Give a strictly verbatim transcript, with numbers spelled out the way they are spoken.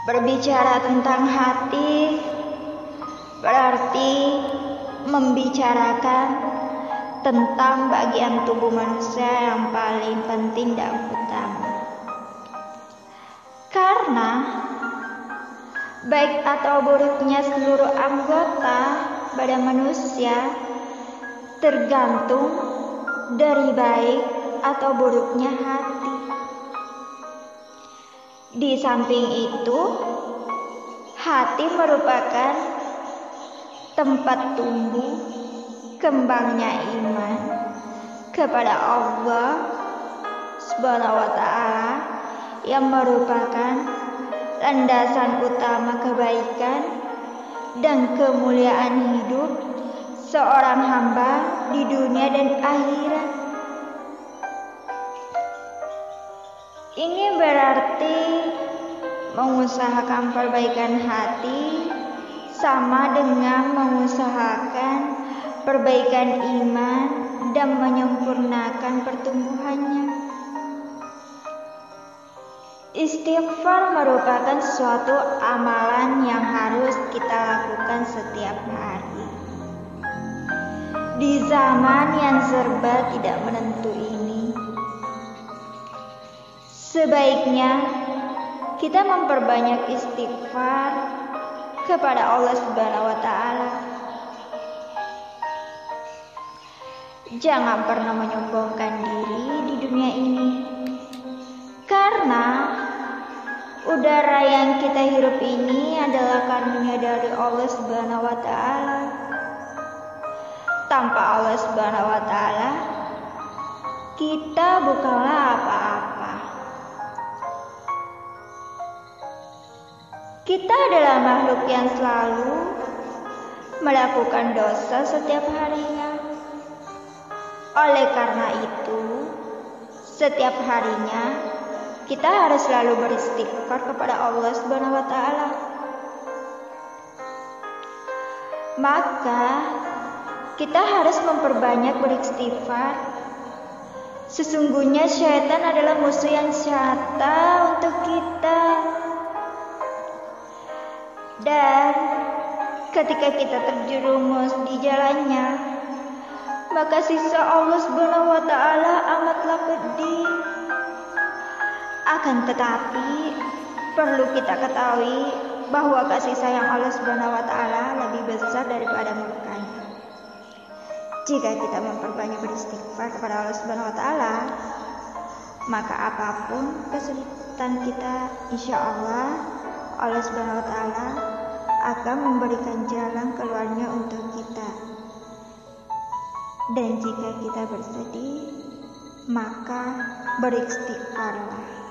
Berbicara tentang hati berarti membicarakan tentang bagian tubuh manusia yang paling penting dan utama. Karena baik atau buruknya seluruh anggota badan manusia tergantung dari baik atau buruknya hati. Di samping itu, hati merupakan tempat tumbuh kembangnya iman kepada Allah Subhanahu wa Ta'ala, yang merupakan landasan utama kebaikan dan kemuliaan hidup seorang hamba di dunia dan akhirat. Ini berarti mengusahakan perbaikan hati sama dengan mengusahakan perbaikan iman dan menyempurnakan pertumbuhannya. Istighfar merupakan suatu amalan yang harus kita lakukan setiap hari. Di zaman yang serba tidak menentu ini, sebaiknya kita memperbanyak istighfar kepada Allah Subhanahu wa Ta'ala. Jangan pernah menyombongkan diri di dunia ini, karena udara yang kita hirup ini adalah karunia dari Allah Subhanahu wa Ta'ala. Tanpa Allah Subhanahu wa Ta'ala, kita bukanlah apa-apa. Kita adalah makhluk yang selalu melakukan dosa setiap harinya. Oleh karena itu, setiap harinya kita harus selalu beristighfar kepada Allah Subhanahu wa Ta'ala. Maka kita harus memperbanyak beristighfar. Sesungguhnya syaitan adalah musuh yang nyata untuk kita. Dan ketika kita terjerumus di jalannya, maka sisa Allah Subhanahu wa Ta'ala amatlah pedih. Akan tetapi perlu kita ketahui bahwa kasih sayang Allah Subhanahu wa Ta'ala lebih besar daripada murkanya. Jika kita memperbanyak beristighfar kepada Allah Subhanahu wa Ta'ala, maka apapun kesulitan kita, insya Allah Allah Subhanahu wa Ta'ala akan memberikan jalan keluarnya untuk kita. Dan jika kita bersedih, maka beristighfarlah.